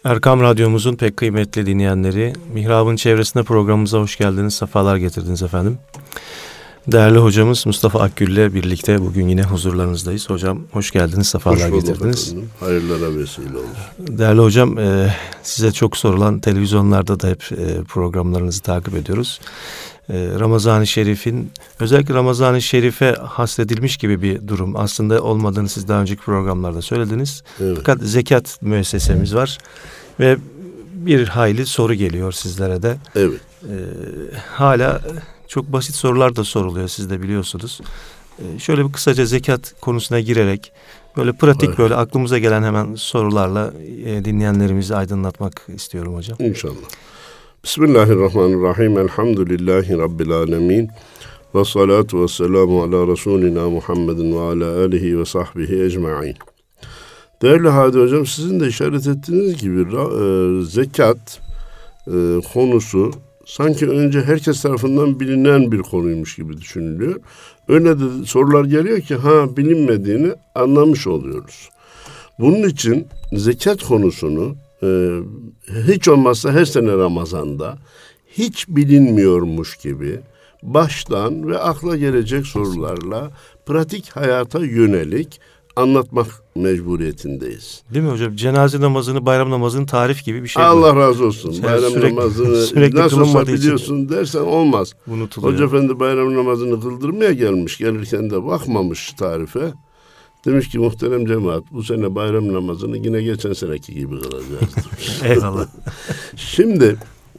Erkam Radyomuzun pek kıymetli dinleyenleri, Mihrab'ın çevresinde programımıza hoş geldiniz, sefalar getirdiniz efendim. Değerli hocamız Mustafa Akgül'le birlikte bugün yine huzurlarınızdayız. Hocam hoş geldiniz, sefalar getirdiniz. Efendim. Hayırlara vesile olur. Değerli hocam, size çok sorulan televizyonlarda da hep programlarınızı takip ediyoruz. Ramazan-ı Şerif'in, özellikle Ramazan-ı Şerif'e hasredilmiş gibi bir durum aslında olmadığını siz daha önceki programlarda söylediniz. Evet. Fakat zekat müessesemiz var ve bir hayli soru geliyor sizlere de. Evet. Hala çok basit sorular da soruluyor, siz de biliyorsunuz. Şöyle bir kısaca zekat konusuna girerek böyle pratik, evet, böyle aklımıza gelen hemen sorularla dinleyenlerimizi aydınlatmak istiyorum hocam. İnşallah. Bismillahirrahmanirrahim. Elhamdülillahi Rabbil alemin. Ve salatu ve selamu ala Resulina Muhammedin ve ala alihi ve sahbihi ecma'in. Değerli Hadi Hocam, sizin de işaret ettiğiniz gibi zekat konusu sanki önce herkes tarafından bilinen bir konuymuş gibi düşünülüyor. Öyle de sorular geliyor ki bilinmediğini anlamış oluyoruz. Bunun için zekat konusunu hiç olmazsa her sene Ramazan'da hiç bilinmiyormuş gibi baştan ve akla gelecek sorularla pratik hayata yönelik anlatmak mecburiyetindeyiz. Değil mi hocam? Cenaze namazını, bayram namazını tarif gibi bir şey. Allah razı olsun. Bayram namazını nasıl olsa biliyorsun dersen olmaz. Unutuluyor. Hoca efendi bayram namazını kıldırmaya gelmiş. Gelirken de bakmamış tarife. Demiş ki muhterem cemaat, bu sene bayram namazını yine geçen seneki gibi kılacağız. Eyvallah. Şimdi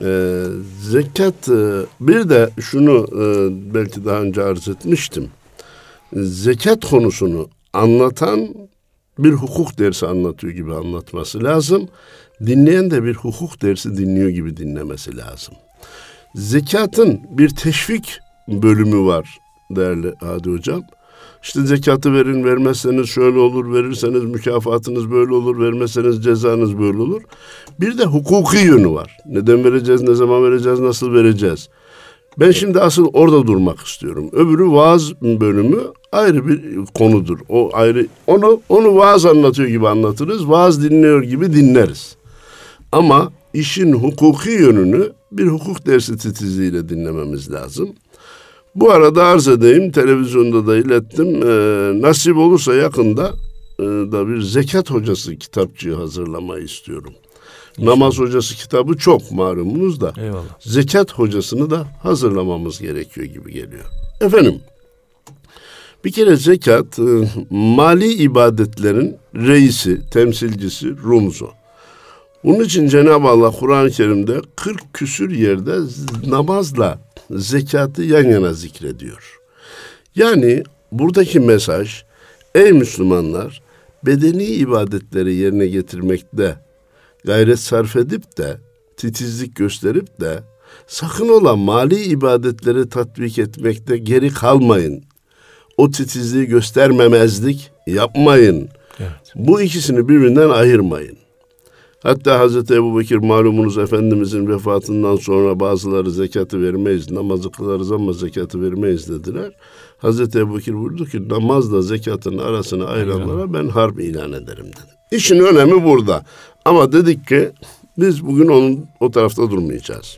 zekat, bir de şunu belki daha önce arz etmiştim. Zekat konusunu anlatan bir hukuk dersi anlatıyor gibi anlatması lazım. Dinleyen de bir hukuk dersi dinliyor gibi dinlemesi lazım. Zekatın bir teşvik bölümü var değerli Hadi Hocam. İşte zekatı verin, vermezseniz şöyle olur, verirseniz mükafatınız böyle olur, vermezseniz cezanız böyle olur. Bir de hukuki yönü var. Neden vereceğiz, ne zaman vereceğiz, nasıl vereceğiz? Ben şimdi asıl orada durmak istiyorum. Öbürü vaaz bölümü ayrı bir konudur. O ayrı, onu vaaz anlatıyor gibi anlatırız, vaaz dinliyor gibi dinleriz. Ama işin hukuki yönünü bir hukuk dersi titizliğiyle dinlememiz lazım. Bu arada arz edeyim, televizyonda da ilettim. Nasip olursa yakında da bir zekat hocası kitapçığı hazırlamayı istiyorum. İnşallah. Namaz hocası kitabı çok malumunuz da. Eyvallah. Zekat hocasını da hazırlamamız gerekiyor gibi geliyor. Efendim, bir kere zekat mali ibadetlerin reisi, temsilcisi, rumzu. Bunun için Cenab-ı Allah Kur'an-ı Kerim'de 40 küsür yerde namazla zekatı yan yana zikrediyor. Yani buradaki mesaj, ey Müslümanlar, bedeni ibadetleri yerine getirmekte gayret sarf edip de, titizlik gösterip de, sakın ola mali ibadetleri tatbik etmekte geri kalmayın. O titizliği göstermemezlik yapmayın. Evet. Bu ikisini birbirinden ayırmayın. Hatta Hazreti Ebubekir malumunuz Efendimizin vefatından sonra bazıları zekatı vermeyiz, namazı kılarız ama zekatı vermeyiz dediler. Hazreti Ebubekir buyurdu ki namazla zekatın arasını ayıranlara ben harp ilan ederim dedi. İşin önemi burada. Ama dedik ki biz bugün o tarafta durmayacağız.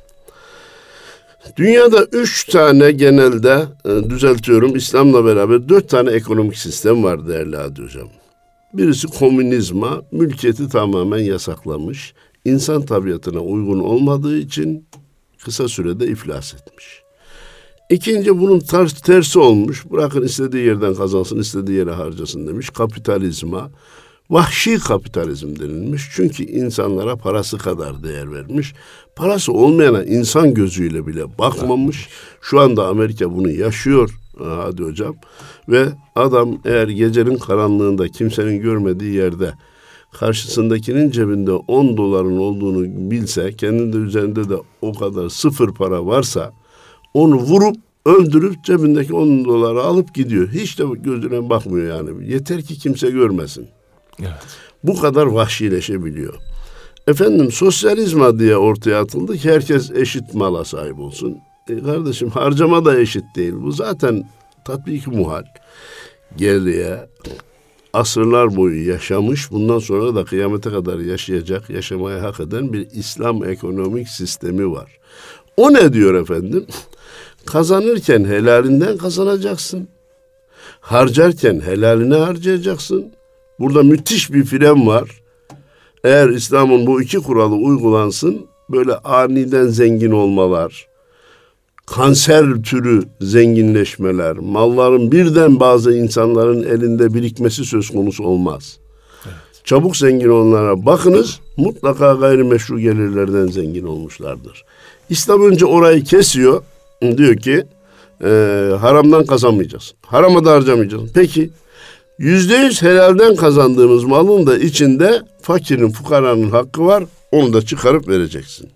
Dünyada 3 tane genelde düzeltiyorum, İslam'la beraber 4 tane ekonomik sistem var değerli Hadi Hocam. Birisi komünizma, mülkiyeti tamamen yasaklamış. İnsan tabiatına uygun olmadığı için kısa sürede iflas etmiş. İkinci bunun tersi olmuş. Bırakın istediği yerden kazansın, istediği yere harcasın demiş. Kapitalizma, vahşi kapitalizm denilmiş. Çünkü insanlara parası kadar değer vermiş. Parası olmayana insan gözüyle bile bakmamış. Şu anda Amerika bunu yaşıyor. Hadi hocam. Ve adam eğer gecenin karanlığında kimsenin görmediği yerde karşısındakinin cebinde 10 doların olduğunu bilse, kendinde üzerinde de o kadar sıfır para varsa onu vurup öldürüp cebindeki 10 doları alıp gidiyor. Hiç de gözüne bakmıyor yani. Yeter ki kimse görmesin. Evet. Bu kadar vahşileşebiliyor. Efendim sosyalizma diye ortaya atıldı ki herkes eşit mala sahip olsun. Kardeşim harcama da eşit değil. Bu zaten tatbiki muhal. Geriye asırlar boyu yaşamış, bundan sonra da kıyamete kadar yaşayacak, yaşamaya hak eden bir İslam ekonomik sistemi var. O ne diyor efendim? Kazanırken helalinden kazanacaksın. Harcarken helaline harcayacaksın. Burada müthiş bir fren var. Eğer İslam'ın bu iki kuralı uygulansın, böyle aniden zengin olmalar, kanser türü zenginleşmeler, malların birden bazı insanların elinde birikmesi söz konusu olmaz. Evet. Çabuk zengin olanlara bakınız, mutlaka gayrimeşru gelirlerden zengin olmuşlardır. İslam önce orayı kesiyor, diyor ki haramdan kazanmayacağız, harama da harcamayacağız. Peki, %100 helalden kazandığımız malın da içinde fakirin, fukaranın hakkı var, onu da çıkarıp vereceksin.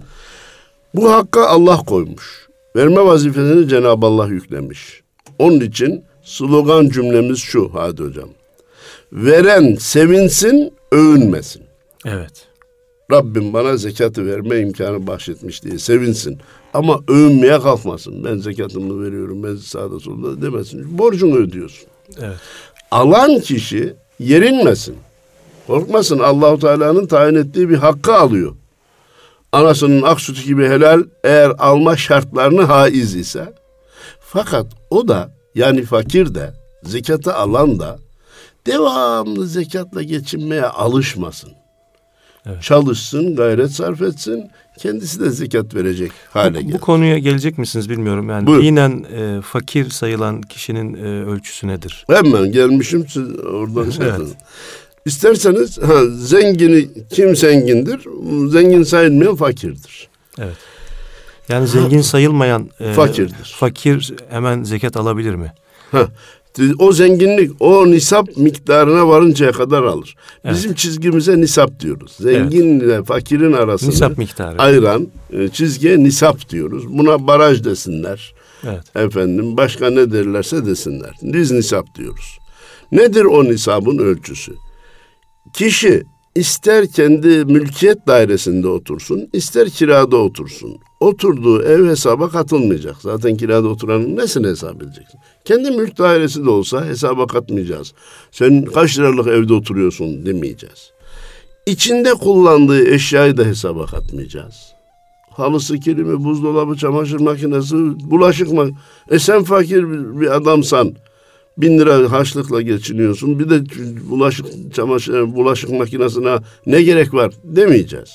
Bu hakka Allah koymuş. Verme vazifesini Cenab-ı Allah yüklemiş. Onun için slogan cümlemiz şu Hadi Hocam. Veren sevinsin, övünmesin. Evet. Rabbim bana zekatı verme imkanı bahşetmiş diye sevinsin. Ama övünmeye kalkmasın. Ben zekatımı veriyorum, ben sağda solda demesin. Borcunu ödüyorsun. Evet. Alan kişi yerinmesin. Korkmasın, Allah-u Teala'nın tayin ettiği bir hakkı alıyor. Anasının ak sütü gibi helal eğer alma şartlarını haiz ise. Fakat o da yani fakir de zekatı alan da devamlı zekatla geçinmeye alışmasın. Evet. Çalışsın, gayret sarf etsin, kendisi de zekat verecek hale gelir. Bu konuya gelecek misiniz bilmiyorum. Yani dinen fakir sayılan kişinin ölçüsü nedir? Hemen gelmişim, siz oradan evet. İsterseniz zengini kim zengindir? Zengin sayılmayan fakirdir. Evet. Yani zengin sayılmayan fakirdir. Fakir hemen zekat alabilir mi? O zenginlik o nisap miktarına varıncaya kadar alır. Evet. Bizim çizgimize nisap diyoruz. Zenginle fakirin arasını nisap miktarı ayıran çizgiye nisap diyoruz. Buna baraj desinler. Evet. Efendim başka ne derlerse desinler. Biz nisap diyoruz. Nedir o nisabın ölçüsü? Kişi ister kendi mülkiyet dairesinde otursun, ister kirada otursun. Oturduğu ev hesaba katılmayacak. Zaten kirada oturanın nesini hesap edeceksin? Kendi mülk dairesi de olsa hesaba katmayacağız. Sen kaç liralık evde oturuyorsun demeyeceğiz. İçinde kullandığı eşyayı da hesaba katmayacağız. Halısı, kilimi, buzdolabı, çamaşır makinesi, bulaşık makinesi. Sen fakir bir adamsan 1000 lira harçlıkla geçiniyorsun. Bir de bulaşık makinesine ne gerek var demeyeceğiz.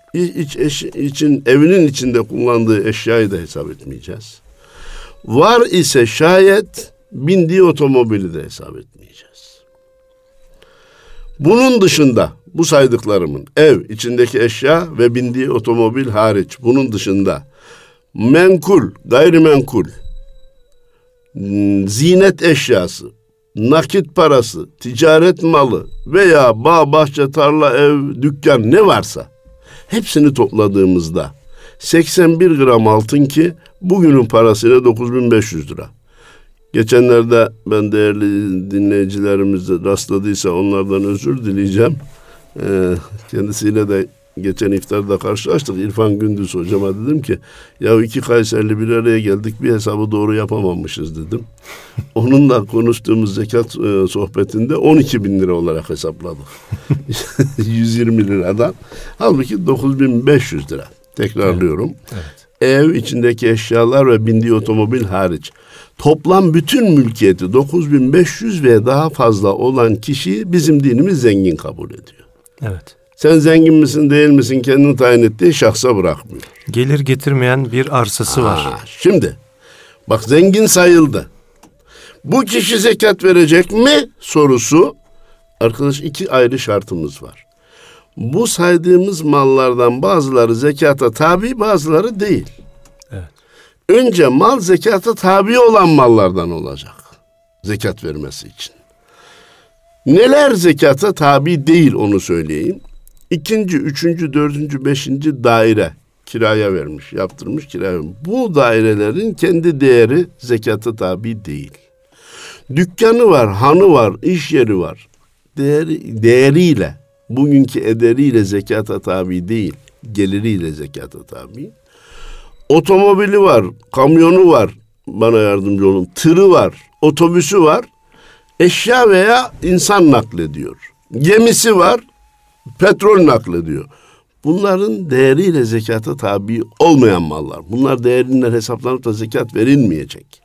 Evinin içinde kullandığı eşyayı da hesap etmeyeceğiz. Var ise şayet bindiği otomobili de hesap etmeyeceğiz. Bunun dışında bu saydıklarımın ev, içindeki eşya ve bindiği otomobil hariç bunun dışında menkul, gayrimenkul, zinet eşyası, nakit parası, ticaret malı veya bağ, bahçe, tarla, ev, dükkan ne varsa hepsini topladığımızda 81 gram altın ki bugünün parasıyla 9500 lira. Geçenlerde ben değerli dinleyicilerimiz de rastladıysa onlardan özür dileyeceğim. Kendisiyle de geçen iftarda karşılaştık. İrfan Gündüz hocama dedim ki ya 2 Kayserili bir araya geldik, bir hesabı doğru yapamamışız dedim. Onunla konuştuğumuz zekat sohbetinde 12.000 lira olarak hesapladık. 120 liradan. Halbuki 9.500 lira. Tekrarlıyorum. Evet. Ev, içindeki eşyalar ve bindiği otomobil hariç. Toplam bütün mülkiyeti 9.500 ve daha fazla olan kişiyi bizim dinimiz zengin kabul ediyor. Evet. Sen zengin misin değil misin kendini tayin ettiği şahsa bırakmıyor. Gelir getirmeyen bir arsası var. Şimdi bak zengin sayıldı. Bu kişi zekat verecek mi sorusu, arkadaş 2 ayrı şartımız var. Bu saydığımız mallardan bazıları zekata tabi, bazıları değil. Evet. Önce mal zekata tabi olan mallardan olacak zekat vermesi için. Neler zekata tabi değil onu söyleyeyim. 2., 3., 4., 5. daire kiraya vermiş, yaptırmış kiraya vermiş. Bu dairelerin kendi değeri zekata tabi değil. Dükkanı var, hanı var, iş yeri var. Değeriyle, bugünkü ederiyle zekata tabi değil, geliriyle zekata tabi. Otomobili var, kamyonu var, bana yardımcı olun, tırı var, otobüsü var. eşya veya insan naklediyor. Gemisi var, petrol naklediyor. Bunların değeriyle zekata tabi olmayan mallar. Bunlar değerinden hesaplanıp da zekat verilmeyecek.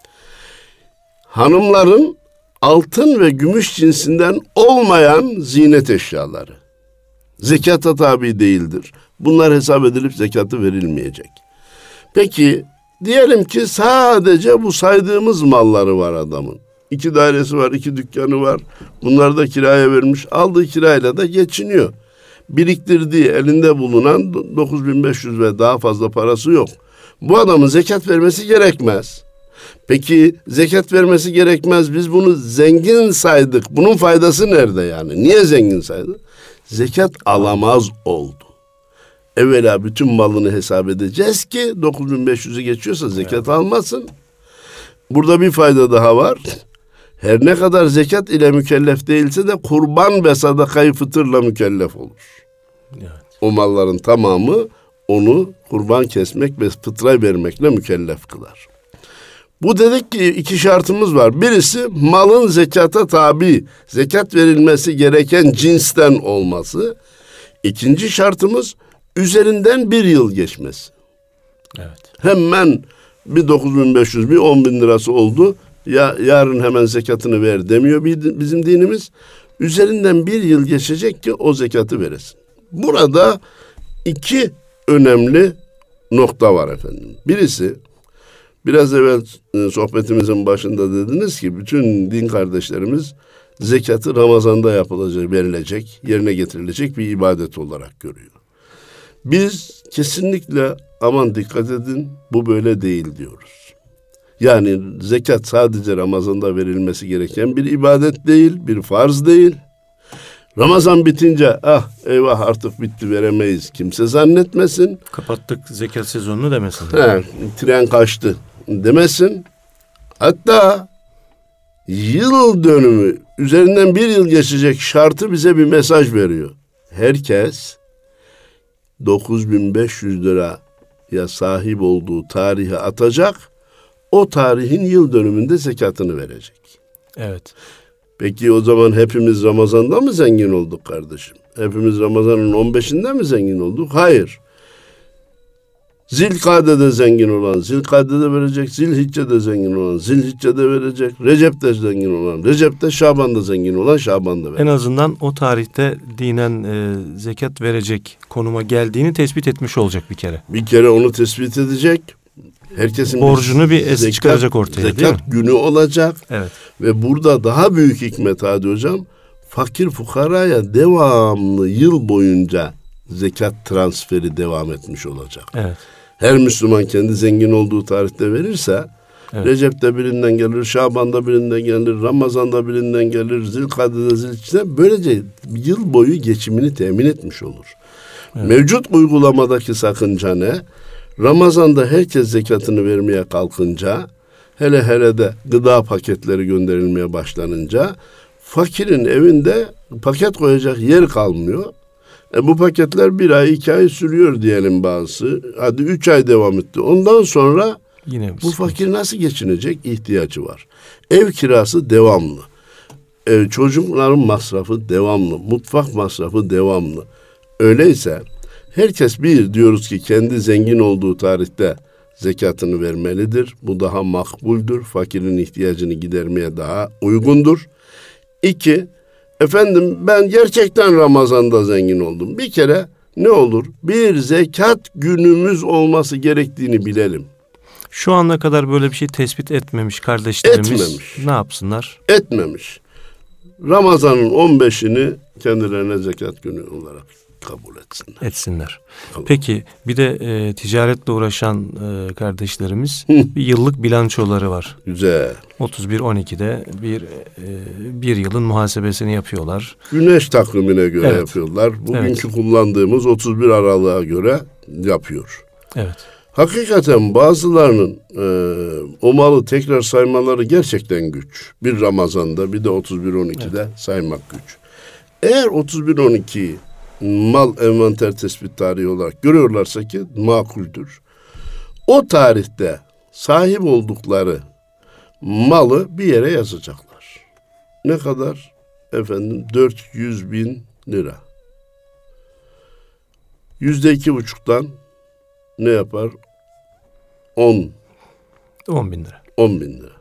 Hanımların altın ve gümüş cinsinden olmayan ziynet eşyaları zekata tabi değildir. Bunlar hesap edilip zekatı verilmeyecek. Peki diyelim ki sadece bu saydığımız malları var adamın. 2 dairesi var, 2 dükkanı var. Bunları da kiraya vermiş. Aldığı kirayla da geçiniyor. Biriktirdiği elinde bulunan 9.500 ve daha fazla parası yok. Bu adamın zekat vermesi gerekmez. Peki zekat vermesi gerekmez. Biz bunu zengin saydık. Bunun faydası nerede yani? Niye zengin saydık? Zekat alamaz oldu. Evvela bütün malını hesap edeceğiz ki 9.500'ü geçiyorsa zekat almasın. Burada bir fayda daha var. Her ne kadar zekat ile mükellef değilse de kurban ve sadakayı fıtırla mükellef olur. Evet. O malların tamamı onu kurban kesmek ve fıtra vermekle mükellef kılar. Bu dedik ki 2 şartımız var. Birisi malın zekata tabi, zekat verilmesi gereken cinsten olması. 2. şartımız üzerinden 1 yıl geçmesi. Evet. Hemen bir 9.500 bir 10.000 lirası oldu. Ya yarın hemen zekatını ver demiyor bizim dinimiz. Üzerinden 1 yıl geçecek ki o zekatı veresin. Burada 2 önemli nokta var efendim. Birisi, biraz evvel sohbetimizin başında dediniz ki bütün din kardeşlerimiz zekatı Ramazan'da yapılacak, verilecek, yerine getirilecek bir ibadet olarak görüyor. Biz kesinlikle aman dikkat edin, bu böyle değil diyoruz. Yani zekat sadece Ramazan'da verilmesi gereken bir ibadet değil, bir farz değil. Ramazan bitince eyvah artık bitti veremeyiz kimse zannetmesin. Kapattık zekat sezonunu demesin. Tren kaçtı demesin. Hatta yıl dönümü üzerinden 1 yıl geçecek şartı bize bir mesaj veriyor. Herkes 9.500 liraya sahip olduğu tarihe atacak. O tarihin yıl dönümünde zekatını verecek. Evet. Peki o zaman hepimiz Ramazan'da mı zengin olduk kardeşim? Hepimiz Ramazan'ın 15'inde mi zengin olduk? Hayır. Zilkade'de zengin olan Zilkade'de verecek, Zilhicce'de zengin olan Zilhicce'de verecek, Recep'te zengin olan Recep'te, Şaban'da zengin olan Şaban'da verecek. En azından o tarihte dinen zekat verecek konuma geldiğini tespit etmiş olacak bir kere. Bir kere onu tespit edecek. Herkesin borcunu bir çıkaracak ortaya, zekat değil mi? Günü olacak. Evet. Ve burada daha büyük hikmet Hadi Hocam, fakir fukaraya devamlı yıl boyunca zekat transferi devam etmiş olacak. Evet. Her Müslüman kendi zengin olduğu tarihte verirse, evet, Recep'te birinden gelir, Şaban'da birinden gelir, Ramazan'da birinden gelir, Zilkade'de, Zilhicce'de, böylece yıl boyu geçimini temin etmiş olur. Evet. Mevcut uygulamadaki sakınca ne? Ramazan'da herkes zekatını vermeye kalkınca, hele de gıda paketleri gönderilmeye başlanınca, fakirin evinde paket koyacak yer kalmıyor. Bu paketler 1 ay 2 ay sürüyor diyelim bazısı. Hadi 3 ay devam etti. Ondan sonra yine bu fakir nasıl geçinecek? İhtiyacı var. Ev kirası devamlı. Çocukların masrafı devamlı. Mutfak masrafı devamlı. Öyleyse herkes diyoruz ki kendi zengin olduğu tarihte zekatını vermelidir. Bu daha makbuldür. Fakirin ihtiyacını gidermeye daha uygundur. 2, efendim ben gerçekten Ramazan'da zengin oldum. Bir kere ne olur? Bir zekat günümüz olması gerektiğini bilelim. Şu ana kadar böyle bir şey tespit etmemiş kardeşlerimiz ne yapsınlar? Etmemiş. Ramazan'ın 15'ini kendilerine zekat günü olarak kabul etsinler. Peki bir de ticaretle uğraşan kardeşlerimiz bir yıllık bilançoları var. Güzel. 31-12'de bir yılın muhasebesini yapıyorlar. Güneş takvimine göre yapıyorlar. Bugünkü kullandığımız 31 Aralık'a göre yapıyor. Evet. Hakikaten bazılarının o malı tekrar saymaları gerçekten güç. Bir Ramazan'da bir de 31-12'de saymak güç. Eğer 31-12'yi mal envanter tespit tarihi olarak görüyorlarsa ki makuldür. O tarihte sahip oldukları malı bir yere yazacaklar. ne kadar? Efendim 400 bin lira. %2,5'tan ne yapar? 10 bin lira. 10 bin lira.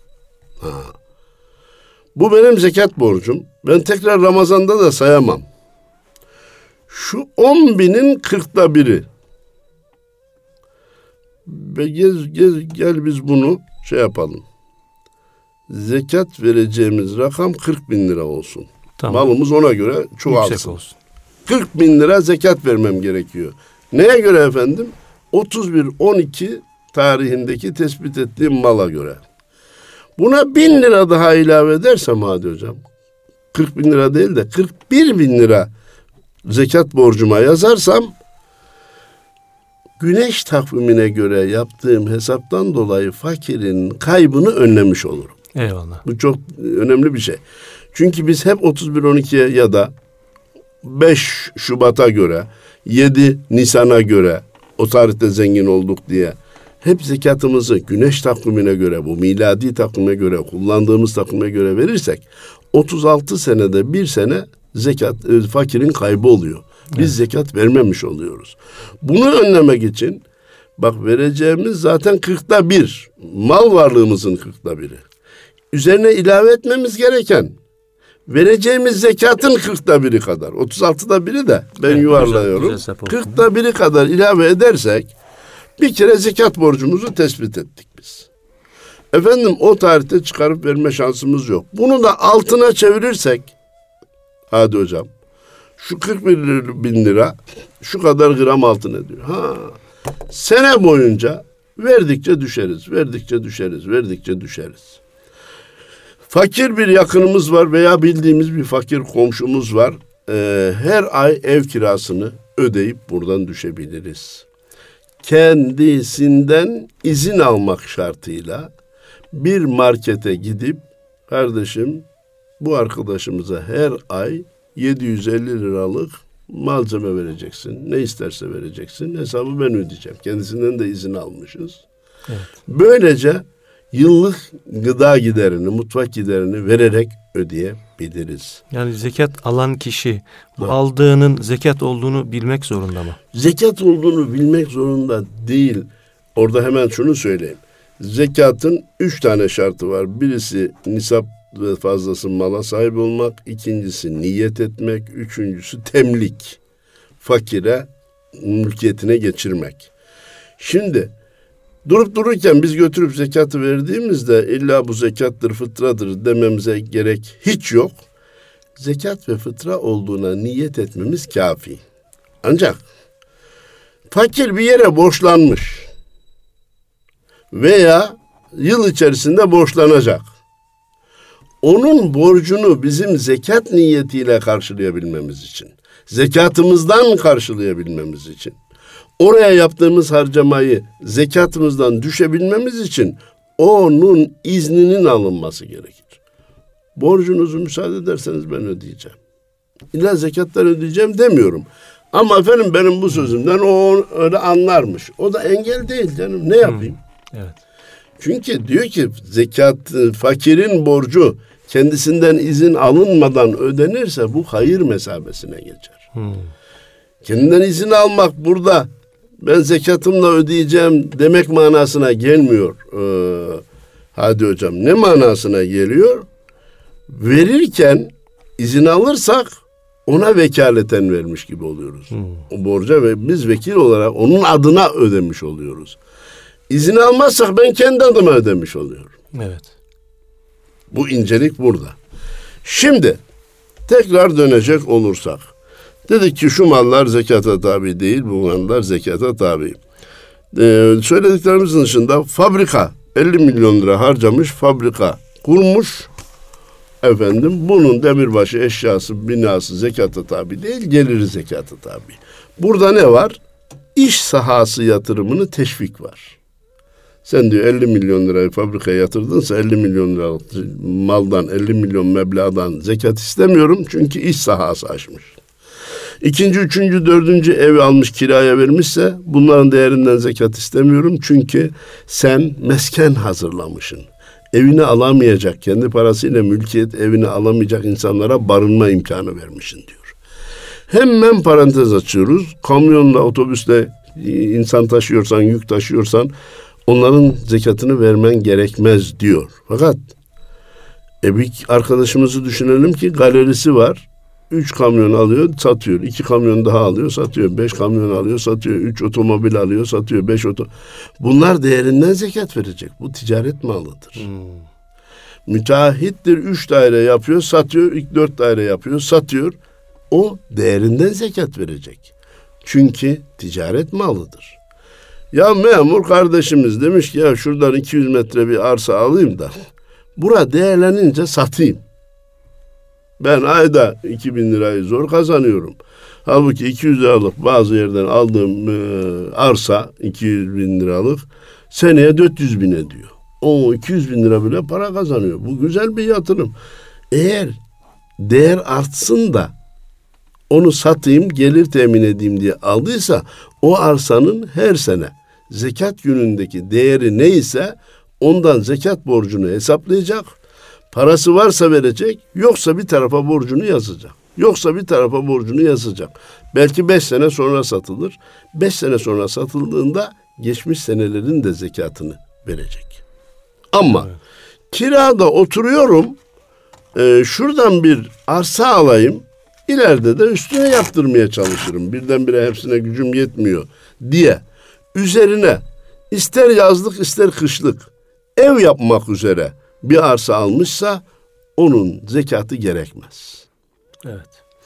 Bu benim zekat borcum. Ben tekrar Ramazan'da da sayamam. Şu 10 binin 40'ta biri. Ve gel biz bunu şey yapalım. Zekat vereceğimiz rakam 40 bin lira olsun. Tamam. Malımız ona göre çoğalsın. Yüksek olsun. 40 bin lira zekat vermem gerekiyor. Neye göre efendim? 31-12 tarihindeki tespit ettiğim mala göre. Buna 1000 lira daha ilave edersem Hadi Hocam, 40 bin lira değil de 41 bin lira zekat borcuma yazarsam, güneş takvimine göre yaptığım hesaptan dolayı fakirin kaybını önlemiş olurum. Eyvallah. Bu çok önemli bir şey. Çünkü biz hep 31-12'ye ya da 5 Şubat'a göre, 7 Nisan'a göre o tarihte zengin olduk diye hep zekatımızı güneş takvimine göre, bu miladi takvime göre, kullandığımız takvime göre verirsek 36 senede bir sene zekat fakirin kaybı oluyor. Biz zekat vermemiş oluyoruz. Bunu önlemek için bak vereceğimiz zaten 40'ta 1. Mal varlığımızın 40'ta 1'i. Üzerine ilave etmemiz gereken vereceğimiz zekatın 40'ta 1'i kadar. 36'da 1'i de ben yuvarlıyorum. Güzel 40'ta 1'i kadar ilave edersek bir kere zekat borcumuzu tespit ettik biz. Efendim o tarihte çıkarıp verme şansımız yok. Bunu da altına çevirirsek Hadi Hocam, şu 41 bin lira şu kadar gram altın ediyor. Sene boyunca verdikçe düşeriz, verdikçe düşeriz, verdikçe düşeriz. Fakir bir yakınımız var veya bildiğimiz bir fakir komşumuz var. Her ay ev kirasını ödeyip buradan düşebiliriz. Kendisinden izin almak şartıyla bir markete gidip kardeşim bu arkadaşımıza her ay 750 liralık malzeme vereceksin. Ne isterse vereceksin. Hesabı ben ödeyeceğim. Kendisinden de izin almışız. Evet. Böylece yıllık gıda giderini, mutfak giderini vererek ödeyebiliriz. Yani zekat alan kişi bu aldığının zekat olduğunu bilmek zorunda mı? Zekat olduğunu bilmek zorunda değil. Orada hemen şunu söyleyeyim. Zekatın 3 tane şartı var. Birisi nisap ve fazlası mala sahip olmak. İkincisi niyet etmek. Üçüncüsü temlik. Fakire mülkiyetine geçirmek. Şimdi durup dururken biz götürüp zekatı verdiğimizde illa bu zekattır, fıtradır dememize gerek hiç yok. Zekat ve fıtra olduğuna niyet etmemiz kafi. Ancak fakir bir yere borçlanmış veya yıl içerisinde borçlanacak. Onun borcunu bizim zekat niyetiyle karşılayabilmemiz için, zekatımızdan karşılayabilmemiz için, oraya yaptığımız harcamayı zekatımızdan düşebilmemiz için onun izninin alınması gerekir. Borcunuzu müsaade ederseniz ben ödeyeceğim. İlla zekattan ödeyeceğim demiyorum. Ama efendim benim bu sözümden o öyle anlarmış. O da engel değil canım. Ne yapayım? Evet. Çünkü diyor ki zekat, fakirin borcu kendisinden izin alınmadan ödenirse bu hayır mesabesine geçer. Kendinden izin almak burada ben zekatımla ödeyeceğim demek manasına gelmiyor. Hadi Hocam, ne manasına geliyor? Verirken izin alırsak ona vekaleten vermiş gibi oluyoruz. O borca ve biz vekil olarak onun adına ödemiş oluyoruz. İzin almazsak ben kendi adıma ödemiş oluyorum. Evet. Bu incelik burada. Şimdi tekrar dönecek olursak. Dedik ki şu mallar zekata tabi değil, bu mallar zekata tabi. Söylediklerimizin dışında fabrika 50 milyon lira harcamış, fabrika kurmuş. Efendim bunun demirbaşı, eşyası, binası zekata tabi değil, geliri zekata tabi. Burada ne var? İş sahası yatırımını teşvik var. Sen diyor 50 milyon lirayı fabrikaya yatırdınsa 50 milyon liralık maldan, 50 milyon meblağdan zekat istemiyorum çünkü iş sahası açmış. İkinci, üçüncü, dördüncü evi almış kiraya vermişse bunların değerinden zekat istemiyorum çünkü sen mesken hazırlamışsın. evini alamayacak, kendi parasıyla mülkiyet evini alamayacak insanlara barınma imkanı vermişsin diyor. Hemen parantez açıyoruz. Kamyonla, otobüsle insan taşıyorsan, yük taşıyorsan onların zekatını vermen gerekmez diyor. Fakat bir arkadaşımızı düşünelim ki galerisi var. 3 kamyon alıyor, satıyor. 2 kamyon daha alıyor, satıyor. 5 kamyon alıyor, satıyor. 3 otomobil alıyor, satıyor. 5 Bunlar değerinden zekat verecek. Bu ticaret malıdır. Müteahhittir, 3 daire yapıyor, satıyor. 4 daire yapıyor, satıyor. O değerinden zekat verecek. Çünkü ticaret malıdır. Ya memur kardeşimiz demiş ki ya şuradan 200 metre bir arsa alayım da bura değerlenince satayım. Ben ayda 2000 lirayı zor kazanıyorum. Halbuki 200 liralık bazı yerden aldığım arsa 200 bin liralık seneye 400 bin ediyor. O 200 bin lira bile para kazanıyor. Bu güzel bir yatırım. Eğer değer artsın da onu satayım, gelir temin edeyim diye aldıysa o arsanın her sene zekat günündeki değeri neyse ondan zekat borcunu hesaplayacak. Parası varsa verecek, yoksa bir tarafa borcunu yazacak. Yoksa bir tarafa borcunu yazacak. Belki 5 sene sonra satılır. 5 sene sonra satıldığında geçmiş senelerin de zekatını verecek. Ama kirada oturuyorum, şuradan bir arsa alayım, ileride de üstüne yaptırmaya çalışırım. Birdenbire hepsine gücüm yetmiyor diye üzerine ister yazlık ister kışlık ev yapmak üzere bir arsa almışsa onun zekatı gerekmez. Evet.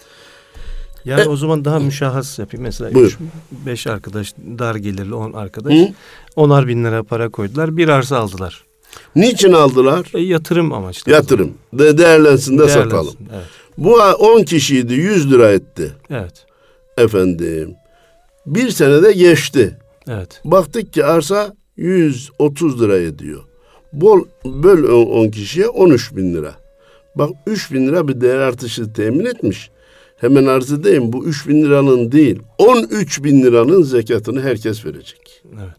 Yani o zaman daha müşahhas yapayım. Mesela 5 arkadaş, dar gelirli 10 arkadaş 10'ar bin lira para koydular. Bir arsa aldılar. Niçin aldılar? Yatırım amaçlı. Yatırım. Değerlensin de satalım. Evet. Bu 10 kişiydi, 100 lira etti. Evet. Efendim. Bir senede geçti. Evet. Baktık ki arsa 130 lira ediyor. Böl 10 kişiye 13 bin lira. Bak 3 bin lira bir değer artışı temin etmiş. Hemen arz edeyim, bu 3 bin liranın değil 13 bin liranın zekatını herkes verecek. Evet.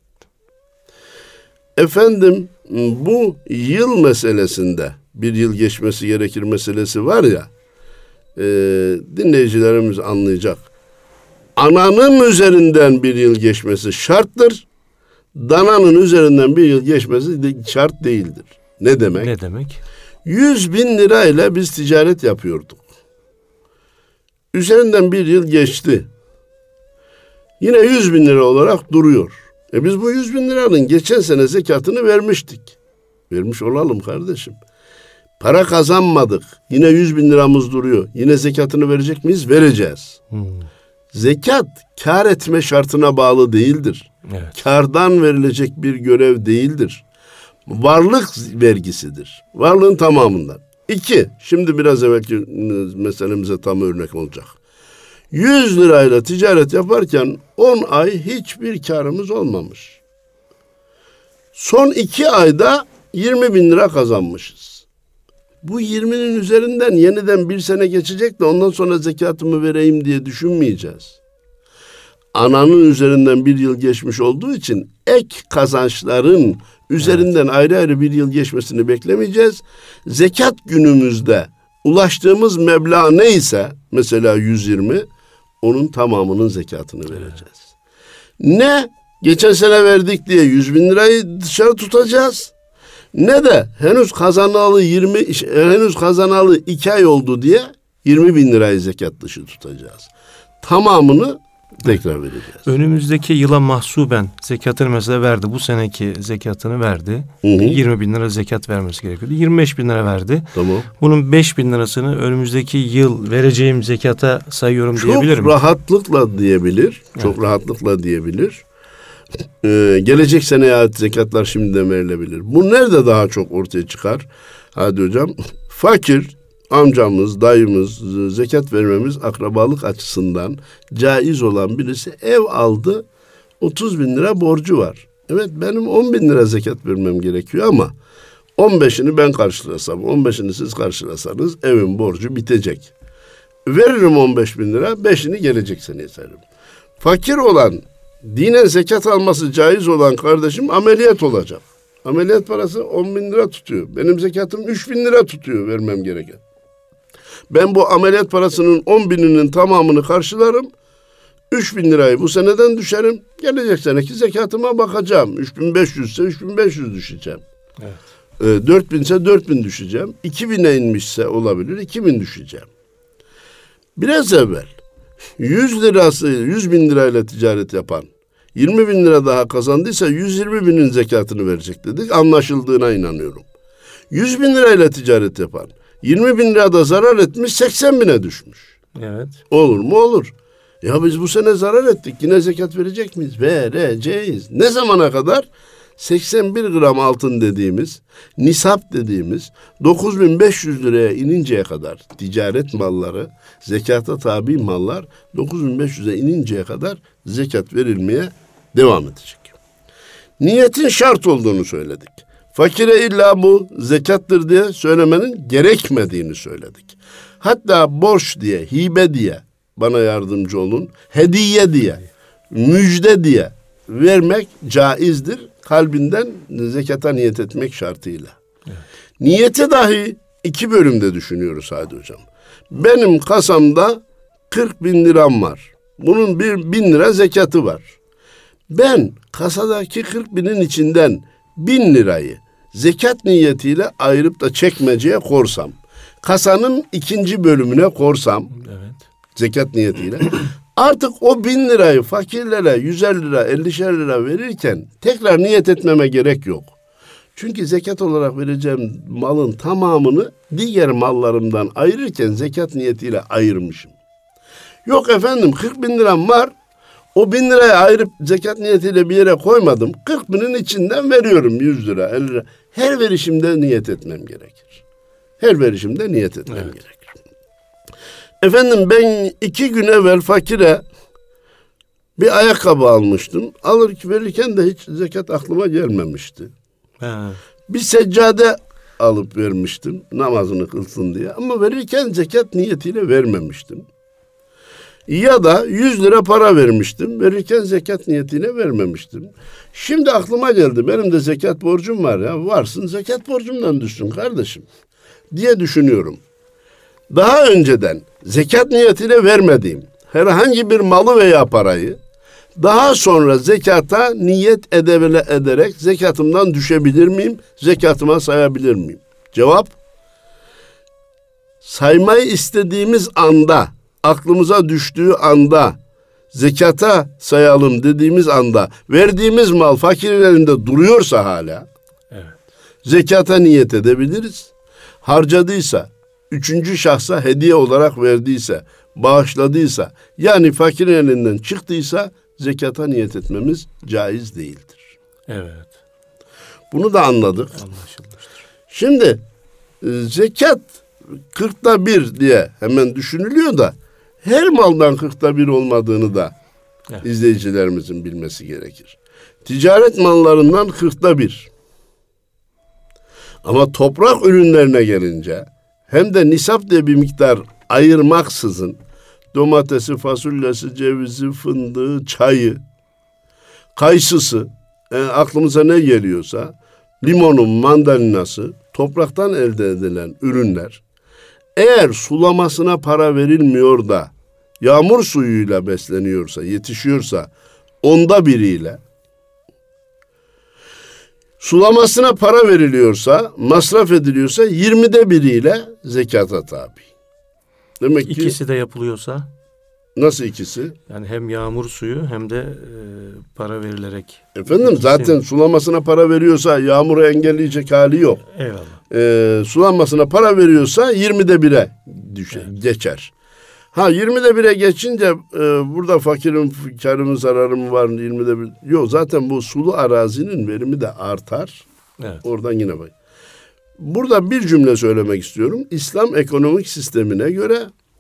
Efendim bu yıl meselesinde bir yıl geçmesi gerekir meselesi var ya, dinleyicilerimiz anlayacak. Ananın üzerinden bir yıl geçmesi şarttır. Dananın üzerinden bir yıl geçmesi de şart değildir. Ne demek? Ne demek? 100 bin lirayla biz ticaret yapıyorduk. Üzerinden bir yıl geçti. Yine 100 bin lira olarak duruyor. Biz bu 100 bin liranın geçen sene zekatını vermiştik. Vermiş olalım kardeşim. Para kazanmadık. Yine 100 bin liramız duruyor. Yine zekatını verecek miyiz? Vereceğiz. Zekat kar etme şartına bağlı değildir. Evet. Kardan verilecek bir görev değildir. Varlık vergisidir. Varlığın tamamından. 2. Şimdi biraz evvelki meselemize tam örnek olacak. 100 lirayla ticaret yaparken 10 ay hiçbir karımız olmamış. Son 2 ayda 20 bin lira kazanmışız. Bu 20'nin üzerinden yeniden bir sene geçecek de ondan sonra zekatımı vereyim diye düşünmeyeceğiz. Ananın üzerinden bir yıl geçmiş olduğu için ek kazançların üzerinden ayrı ayrı bir yıl geçmesini beklemeyeceğiz. Zekat günümüzde ulaştığımız meblağ neyse, mesela 120, onun tamamının zekatını vereceğiz. Ne geçen sene verdik diye 100 bin lirayı dışarı tutacağız, ne de henüz kazanalı 2 ay oldu diye 20 bin lirayı zekat dışı tutacağız. Tamamını tekrar vereceğiz. Önümüzdeki yıla mahsuben zekatını mesela verdi. Bu seneki zekatını verdi. 20 bin lira zekat vermesi gerekiyordu. 25 bin lira verdi. Tamam. Bunun 5 bin lirasını önümüzdeki yıl vereceğim zekata sayıyorum diyebilir mi? Çok rahatlıkla diyebilir. Çok rahatlıkla diyebilir. Gelecek seneye ait zekatlar şimdiden verilebilir. Bu nerede daha çok ortaya çıkar? Hadi hocam. Fakir amcamız, dayımız, zekat vermemiz akrabalık açısından caiz olan birisi ev aldı, 30 bin lira borcu var. Evet, benim 10 bin lira zekat vermem gerekiyor ama 15'ini ben karşılasam, 15'ini siz karşılasanız evin borcu bitecek. Veririm 15 bin lira, 5'ini gelecek seneye sayarım. Fakir olan, dinen zekat alması caiz olan kardeşim ameliyat olacak. Ameliyat parası 10 bin lira tutuyor. Benim zekatım 3 bin lira tutuyor vermem gereken. Ben bu ameliyat parasının 10 bininin tamamını karşılarım. 3 bin lirayı bu seneden düşerim. Gelecek seneki zekatıma bakacağım. 3500 ise 3500 düşeceğim. Evet. 4000 ise 4000 düşeceğim. 2000'e inmişse olabilir 2000 düşeceğim. Biraz evvel 100 bin lirayla ticaret yapan 20 bin lira daha kazandıysa 120 binin zekatını verecek dedik. Anlaşıldığına inanıyorum. 100 bin lirayla ticaret yapan 20 bin lirada zarar etmiş 80 bine düşmüş. Evet. Olur mu? Olur. Ya biz bu sene zarar ettik. Yine zekat verecek miyiz? Vereceğiz. Ne zamana kadar? 81 gram altın dediğimiz, nisap dediğimiz 9.500 liraya ininceye kadar ticaret malları, zekata tabi mallar 9.500'e ininceye kadar zekat verilmeye devam edecek. Niyetin şart olduğunu söyledik. Fakire illa bu zekattır diye söylemenin gerekmediğini söyledik. Hatta borç diye, hibe diye bana yardımcı olun, hediye diye, müjde diye vermek caizdir. Kalbinden zekata niyet etmek şartıyla. Evet. Niyeti dahi 2 bölümde düşünüyoruz Hadi Hocam. Benim kasamda 40 bin liram var. Bunun 1.000 lira zekatı var. Ben kasadaki 40 binin içinden 1000 lirayı zekat niyetiyle ayırıp da çekmeceye korsam, kasanın 2. bölümüne korsam, evet, zekat niyetiyle, artık o 1000 lirayı fakirlere 150 lira, 50'şer lira verirken tekrar niyet etmeme gerek yok. Çünkü zekat olarak vereceğim malın tamamını diğer mallarımdan ayırırken zekat niyetiyle ayırmışım. Yok efendim 40 bin liram var, o 1000 lirayı ayırıp zekat niyetiyle bir yere koymadım. 40 binin içinden veriyorum 100 lira, 50 lira. Her verişimde niyet etmem gerekir. Her verişimde niyet etmem gerekir. Efendim ben 2 gün evvel fakire bir ayakkabı almıştım. Verirken de hiç zekat aklıma gelmemişti. Ha. Bir seccade alıp vermiştim namazını kılsın diye. Ama verirken zekat niyetiyle vermemiştim. Ya da 100 lira para vermiştim. Verirken zekat niyetiyle vermemiştim. Şimdi aklıma geldi. Benim de zekat borcum var ya. Varsın zekat borcumdan düşsün kardeşim diye düşünüyorum. Daha önceden zekat niyetiyle vermediğim herhangi bir malı veya parayı daha sonra zekata niyet ederek zekatımdan düşebilir miyim? Zekatıma sayabilir miyim? Cevap, saymayı istediğimiz anda, aklımıza düştüğü anda, zekata sayalım dediğimiz anda verdiğimiz mal fakirin elinde duruyorsa hala, evet, zekata niyet edebiliriz. Harcadıysa, 3. şahsa hediye olarak verdiyse, bağışladıysa, yani fakirin elinden çıktıysa zekata niyet etmemiz caiz değildir. Evet. Bunu da anladık. Anlaşılmıştır. Şimdi zekat 40'ta 1 diye hemen düşünülüyor da her maldan 40'ta 1 olmadığını da, evet, izleyicilerimizin bilmesi gerekir. Ticaret mallarından 40'ta 1. Ama toprak ürünlerine gelince hem de nisap diye bir miktar ayırmaksızın domatesi, fasulyesi, cevizi, fındığı, çayı, kayısısı, aklımıza ne geliyorsa, limonun, mandalinası, topraktan elde edilen ürünler eğer sulamasına para verilmiyor da yağmur suyuyla besleniyorsa, yetişiyorsa 1/10'iyle, sulamasına para veriliyorsa, masraf ediliyorsa 1/20'iyle zekata tabi. Demek ki İkisi de yapılıyorsa? Nasıl ikisi? Yani hem yağmur suyu hem de para verilerek. Efendim ikisi, zaten sulamasına para veriyorsa yağmuru engelleyecek hali yok. Eyvallah. Sulanmasına para veriyorsa 1/20'e düşer, evet, geçer. 20'de 1'e geçince burada fakirin karı mı zararı mı var 20'de 1? Yok, zaten bu sulu arazinin verimi de artar. Evet. Oradan yine bak. Burada bir cümle söylemek istiyorum. İslam ekonomik sistemine göre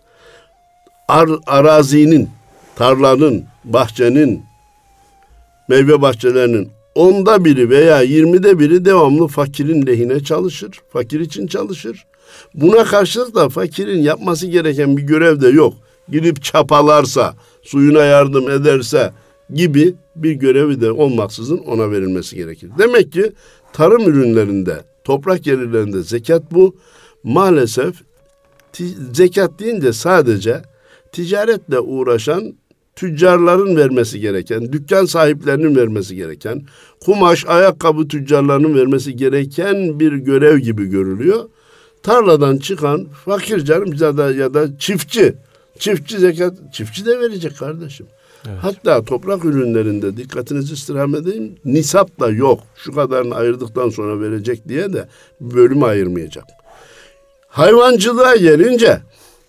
arazinin, tarlanın, bahçenin, meyve bahçelerinin 1/10 veya 20'de 1 devamlı fakirin lehine çalışır. Fakir için çalışır. Buna karşılık da fakirin yapması gereken bir görev de yok. Gidip çapalarsa, suyuna yardım ederse, gibi bir görevi de olmaksızın ona verilmesi gerekir. Demek ki tarım ürünlerinde, toprak gelirlerinde zekat bu. Maalesef zekat deyince sadece ticaretle uğraşan tüccarların vermesi gereken, dükkan sahiplerinin vermesi gereken, kumaş, ayakkabı tüccarlarının vermesi gereken bir görev gibi görülüyor. Tarladan çıkan fakir canım ya da çiftçi çiftçi de verecek kardeşim. Evet. Hatta toprak ürünlerinde dikkatinizi istirham edeyim, nisap da yok. Şu kadarını ayırdıktan sonra verecek diye de bölüm ayırmayacak. Hayvancılığa gelince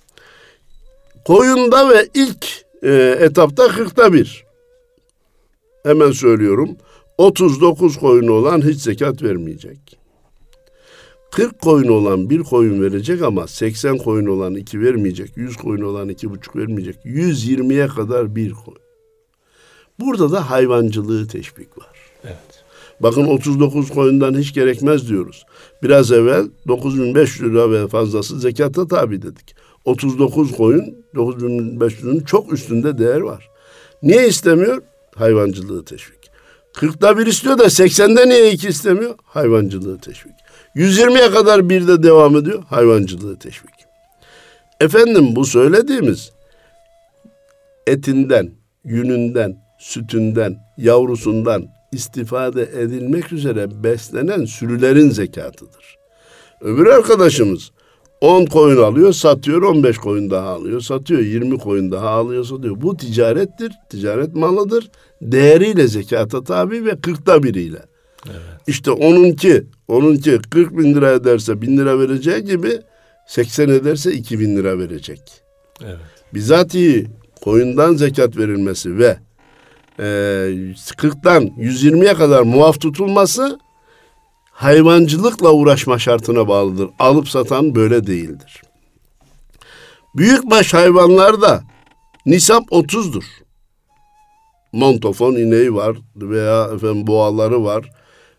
koyunda ve ilk etapta 40'ta 1. Hemen söylüyorum. 39 koyunu olan hiç zekat vermeyecek. 40 koyun olan bir koyun verecek ama 80 koyun olan 2 vermeyecek. 100 koyun olan 2,5 vermeyecek. 120'ye kadar bir koyun. Burada da hayvancılığı teşvik var. Evet. Bakın 39 koyundan hiç gerekmez diyoruz. Biraz evvel 9.500 lira ve fazlası zekata tabi dedik. 39 koyun 9.500'ün çok üstünde değer var. Niye istemiyor? Hayvancılığı teşvik. 40'ta 1 istiyor da 80'de niye 2 istemiyor? Hayvancılığı teşvik. 120'ye kadar bir de devam ediyor. Hayvancılığı teşvik. Efendim bu söylediğimiz etinden, yününden, sütünden, yavrusundan istifade edilmek üzere beslenen sürülerin zekatıdır. Öbür arkadaşımız 10 koyun alıyor, satıyor, 15 koyun daha alıyor, satıyor, 20 koyun daha alıyor, satıyor. Bu ticarettir, ticaret malıdır. Değeriyle zekata tabi ve 40'ta 1'iyle. Evet. İşte onunki 40 bin lira ederse 1000 lira vereceği gibi 80 ederse 2000 lira verecek. Evet. Bizatihi koyundan zekat verilmesi ve 40'tan 120'ye kadar muaf tutulması hayvancılıkla uğraşma şartına bağlıdır. Alıp satan böyle değildir. Büyükbaş hayvanlarda nisap 30'dur. Montafon ineği var veya boğaları var.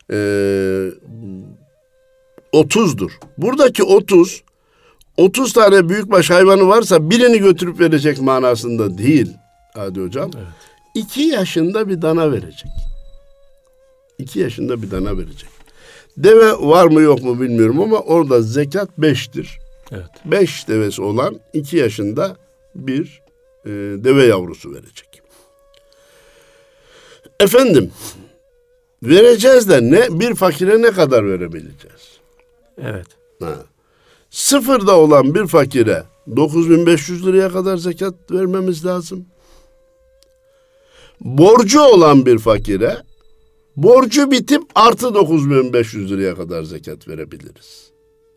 30'dur. Buradaki 30 tane büyükbaş hayvanı varsa birini götürüp verecek manasında değil. Hadi hocam. Evet. 2 yaşında bir dana verecek. 2 yaşında bir dana verecek. Deve var mı yok mu bilmiyorum ama orada zekat 5'tir. Evet. 5 devesi olan 2 yaşında bir deve yavrusu verecek. Efendim, vereceğiz de bir fakire ne kadar verebileceğiz? Evet. Sıfırda olan bir fakire 9.500 liraya kadar zekat vermemiz lazım. Borcu olan bir fakire borcu bitip artı 9.500 liraya kadar zekat verebiliriz.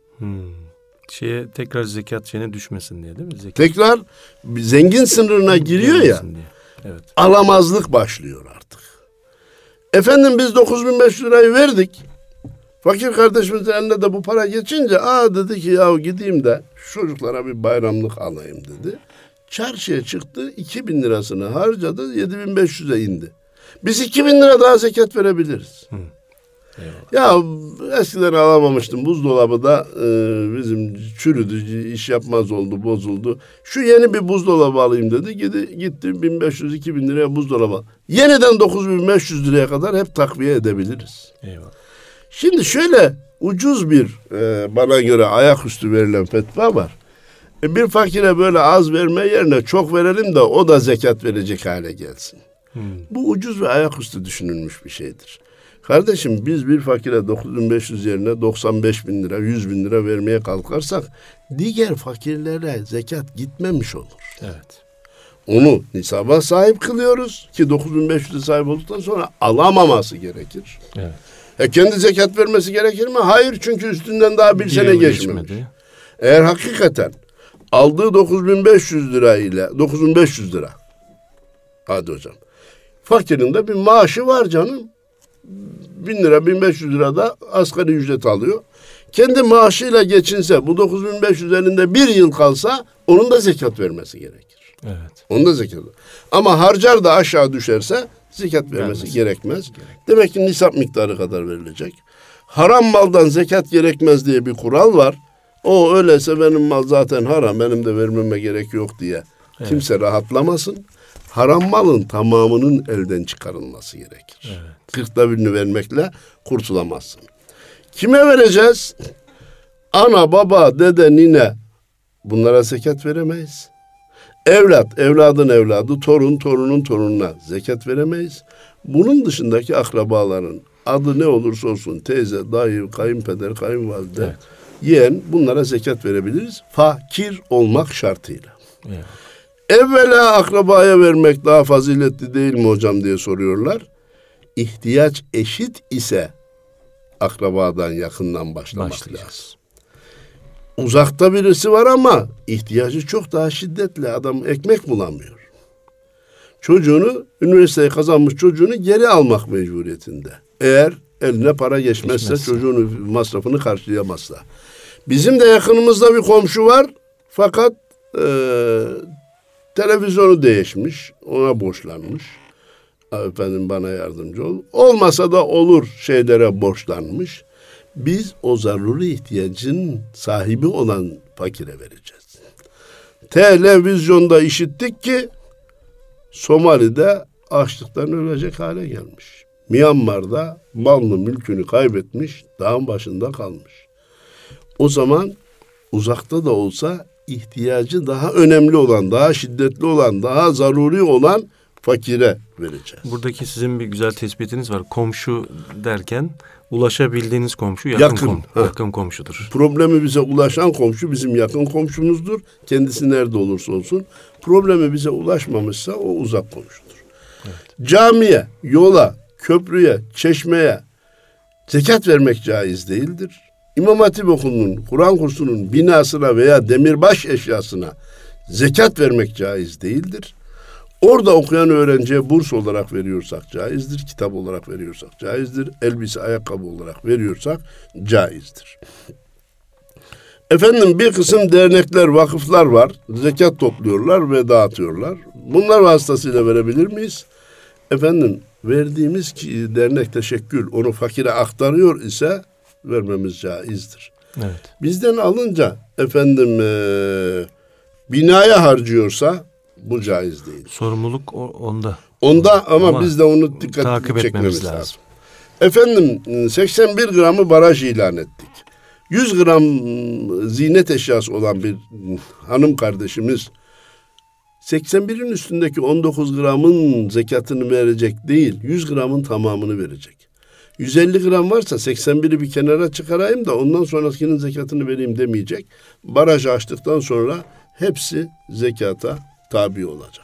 Tekrar zekat düşmesin diye değil mi? Zekat. Tekrar zengin sınırına giriyor ya. Evet. Alamazlık başlıyor artık. Efendim biz 9.500 lirayı verdik. Fakir kardeşimizin eline de bu para geçince dedi ki ya gideyim de çocuklara bir bayramlık alayım dedi. Çarşıya çıktı, 2.000 lirasını harcadı, 7.500'e indi. Biz 2.000 lira daha zekat verebiliriz. Ya eskiden alamamıştım, buzdolabı da bizim çürüdü, iş yapmaz oldu, bozuldu. Şu yeni bir buzdolabı alayım dedi, gitti 1.500-2.000 liraya buzdolabı. Yeniden 9.500 liraya kadar hep takviye edebiliriz. Eyvallah. Şimdi şöyle ucuz bir bana göre ayaküstü verilen fetva var. Bir fakire böyle az verme yerine çok verelim de o da zekat verecek hale gelsin. Bu ucuz ve ayaküstü düşünülmüş bir şeydir. Kardeşim biz bir fakire 9.500 yerine 95.000 lira, 100.000 lira vermeye kalkarsak diğer fakirlere zekat gitmemiş olur. Evet. Onu nisaba sahip kılıyoruz ki 9.500'e sahip olduktan sonra alamaması gerekir. Evet. Kendi zekat vermesi gerekir mi? Hayır, çünkü üstünden daha bir sene geçmemiş. Eğer hakikaten aldığı 9.500 lira ile 9.500 lira. Hadi hocam. Fakirin de bir maaşı var canım. 1.000 lira, 1.500 lira da asgari ücret alıyor. Kendi maaşıyla geçinse, bu 9.500 elinde bir yıl kalsa onun da zekat vermesi gerekir. Evet. Onun da zekat. Ama harcar da aşağı düşerse zekat vermesi gerekmez. Demek ki nisap miktarı kadar verilecek. Haram maldan zekat gerekmez diye bir kural var. O öyleyse benim mal zaten haram, benim de vermeme gerek yok diye kimse rahatlamasın. haram malın tamamının elden çıkarılması gerekir. Evet. 40'ta birini vermekle kurtulamazsın. Kime vereceğiz? Ana, baba, dede, nine. Bunlara zekat veremeyiz. Evlat, evladın evladı, torun, torunun torununa zekat veremeyiz. Bunun dışındaki akrabaların adı ne olursa olsun, teyze, dayı, kayınpeder, kayınvalide, evet, yeğen, bunlara zekat verebiliriz. Fakir olmak şartıyla. Evet. Evvela akrabaya vermek daha faziletli değil mi hocam diye soruyorlar. İhtiyaç eşit ise akrabadan, yakından başlamak lazım. Uzakta birisi var ama ihtiyacı çok daha şiddetli. Adam ekmek bulamıyor. Çocuğunu, üniversiteyi kazanmış çocuğunu geri almak mecburiyetinde. Eğer eline para geçmezse, çocuğun masrafını karşılayamazsa. Bizim de yakınımızda bir komşu var. Fakat televizyonu değişmiş. Ona borçlanmış. Efendim bana yardımcı ol. Olmasa da olur şeylere borçlanmış. Biz o zaruri ihtiyacın sahibi olan fakire vereceğiz. Televizyonda işittik ki Somali'de açlıktan ölecek hale gelmiş. Myanmar'da malını mülkünü kaybetmiş, dağın başında kalmış. O zaman uzakta da olsa ihtiyacı daha önemli olan, daha şiddetli olan, daha zaruri olan fakire vereceğiz. Buradaki sizin bir güzel tespitiniz var. Komşu derken ulaşabildiğiniz komşu yakın komşudur. Problemi bize ulaşan komşu bizim yakın komşumuzdur. Kendisi nerede olursa olsun. Problemi bize ulaşmamışsa o uzak komşudur. Evet. Camiye, yola, köprüye, çeşmeye zekat vermek caiz değildir. İmam Hatip Okulu'nun, Kur'an kursunun binasına veya demirbaş eşyasına zekat vermek caiz değildir. Orada okuyan öğrenciye burs olarak veriyorsak caizdir. Kitap olarak veriyorsak caizdir. Elbise, ayakkabı olarak veriyorsak caizdir. Efendim bir kısım dernekler, vakıflar var. Zekat topluyorlar ve dağıtıyorlar. Bunlar vasıtasıyla verebilir miyiz? Efendim verdiğimiz dernek teşekkül onu fakire aktarıyor ise vermemiz caizdir. Evet. Bizden alınca efendim binaya harcıyorsa bu caiz değil. Sorumluluk onda. Onda ama biz de onu dikkatli çekmemiz lazım. Efendim 81 gramı baraj ilan ettik. 100 gram ziynet eşyası olan bir hanım kardeşimiz 81'in üstündeki 19 gramın zekatını verecek değil, 100 gramın tamamını verecek. 150 gram varsa 81'i bir kenara çıkarayım da ondan sonrakinin zekatını vereyim demeyecek. Barajı açtıktan sonra hepsi zekata tabi olacak.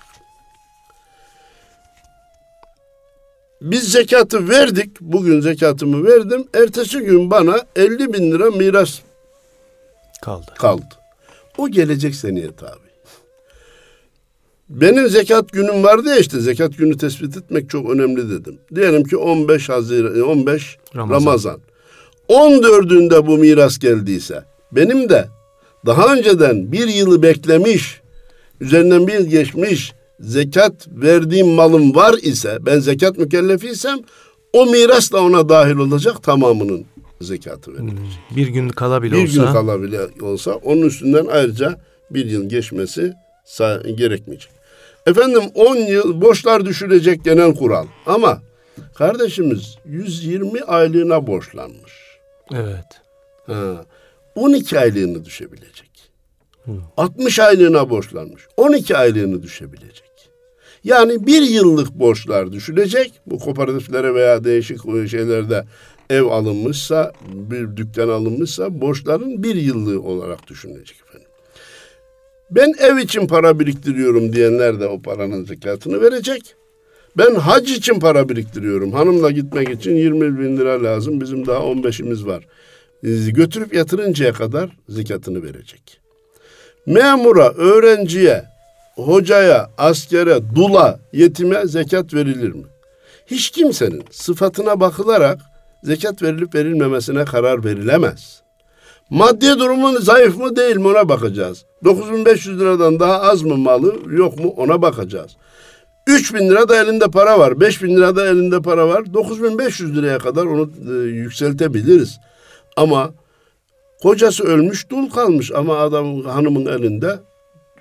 Biz zekatı verdik. Bugün zekatımı verdim. Ertesi gün bana 50 bin lira miras kaldı. O gelecek seneye tabi. Benim zekat günüm vardı ya işte. Zekat günü tespit etmek çok önemli dedim. Diyelim ki 15 Ramazan. 14'ünde bu miras geldiyse benim de daha önceden bir yılı beklemiş, üzerinden bir yıl geçmiş zekat verdiğim malım var ise, ben zekat mükellefiysem o miras da ona dahil olacak, tamamının zekatı verilecek. Bir gün kala bile olsa onun üstünden ayrıca bir yıl geçmesi gerekmeyecek. Efendim 10 yıl borçlar düşülecek genel kural. Ama kardeşimiz 120 aylığına borçlanmış. Evet. 12 aylığını düşebilecek. 60 aylığına borçlanmış. 12 aylığını düşebilecek. Yani bir yıllık borçlar düşülecek. Bu kooperatiflere veya değişik şeylerde ev alınmışsa, bir dükkan alınmışsa borçların bir yıllığı olarak düşünülecek efendim. Ben ev için para biriktiriyorum diyenler de o paranın zekatını verecek. Ben hac için para biriktiriyorum. Hanımla gitmek için 20 bin lira lazım. Bizim daha 15'imiz var. Götürüp yatırıncaya kadar zekatını verecek. Memura, öğrenciye, hocaya, askere, dula, yetime zekat verilir mi? Hiç kimsenin sıfatına bakılarak zekat verilip verilmemesine karar verilemez. Maddi durumun zayıf mı değil mi ona bakacağız. 9.500 liradan daha az mı malı yok mu ona bakacağız. 3.000 lira da elinde para var. 5.000 lira da elinde para var. 9.500 liraya kadar onu yükseltebiliriz. Ama kocası ölmüş, dul kalmış ama hanımın elinde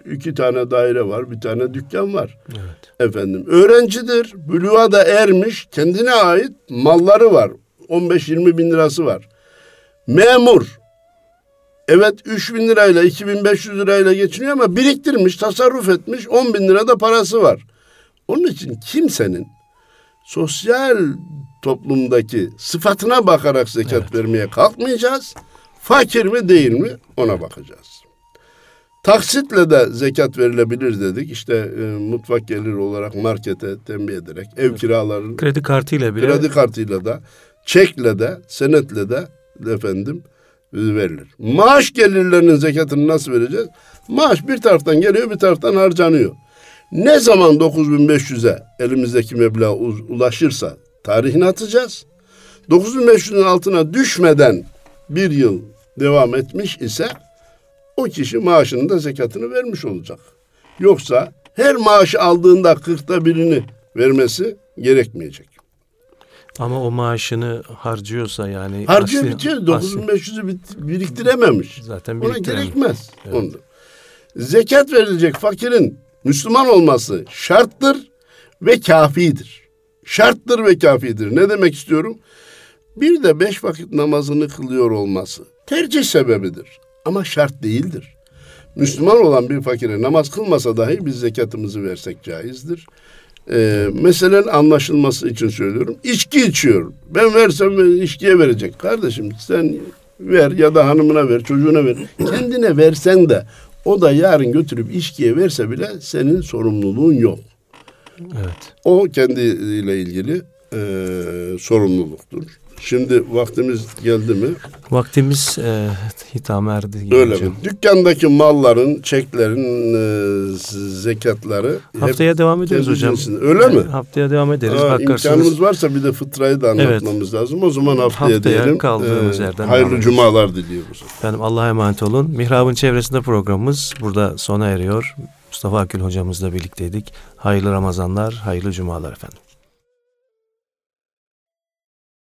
2 tane daire var, bir tane dükkan var. Evet. Efendim, öğrencidir, buluğa da ermiş, kendine ait malları var. 15-20 bin lirası var. Memur, evet 3 bin lirayla, 2500 lirayla geçiniyor ama biriktirmiş, tasarruf etmiş, 10 bin lira da parası var. Onun için kimsenin sosyal toplumdaki sıfatına bakarak zekat vermeye kalkmayacağız. Fakir mi değil mi ona bakacağız. Taksitle de zekat verilebilir dedik. İşte mutfak geliri olarak markete tembih ederek, ev kiralarının kredi kartıyla bile, kredi kartıyla da, çekle de, senetle de efendim verilir. Maaş gelirlerinin zekatını nasıl vereceğiz? Maaş bir taraftan geliyor, bir taraftan harcanıyor. Ne zaman 9.500'e elimizdeki meblağ ulaşırsa tarihini atacağız. 9.500'ün altına düşmeden bir yıl devam etmiş ise o kişi maaşının da zekatını vermiş olacak. Yoksa her maaşı aldığında 40'ta birini vermesi gerekmeyecek. ama o maaşını harcıyorsa yani harcıyor bitiyor. 9.500'ü biriktirememiş. Zaten ona gerekmez. Evet. Onu. Zekat verilecek fakirin Müslüman olması şarttır ve kafidir. Şarttır ve kafidir. Ne demek istiyorum? Bir de 5 vakit namazını kılıyor olması tercih sebebidir. Ama şart değildir. Müslüman olan bir fakire namaz kılmasa dahi biz zekatımızı versek caizdir. Meselenin anlaşılması için söylüyorum. İçki içiyor. Ben versem içkiye verecek. Kardeşim sen ver ya da hanımına ver, çocuğuna ver. Kendine versen de o da yarın götürüp içkiye verse bile senin sorumluluğun yok. Evet. O kendiyle ilgili sorumluluktur. Şimdi vaktimiz geldi mi? Vaktimiz hitam erdi. Öyle mi? Dükkandaki malların, çeklerin, zekatları haftaya devam ederiz hocam. Öyle mi? Haftaya devam ederiz. İmkanımız varsa bir de fıtrayı da anlatmamız lazım. O zaman haftaya diyelim. Kaldığımız yerden hayırlı cumalar diliyoruz. Efendim Allah'a emanet olun. Mihrab'ın çevresinde programımız burada sona eriyor. Mustafa Akgül hocamızla birlikteydik. Hayırlı Ramazanlar, hayırlı cumalar efendim.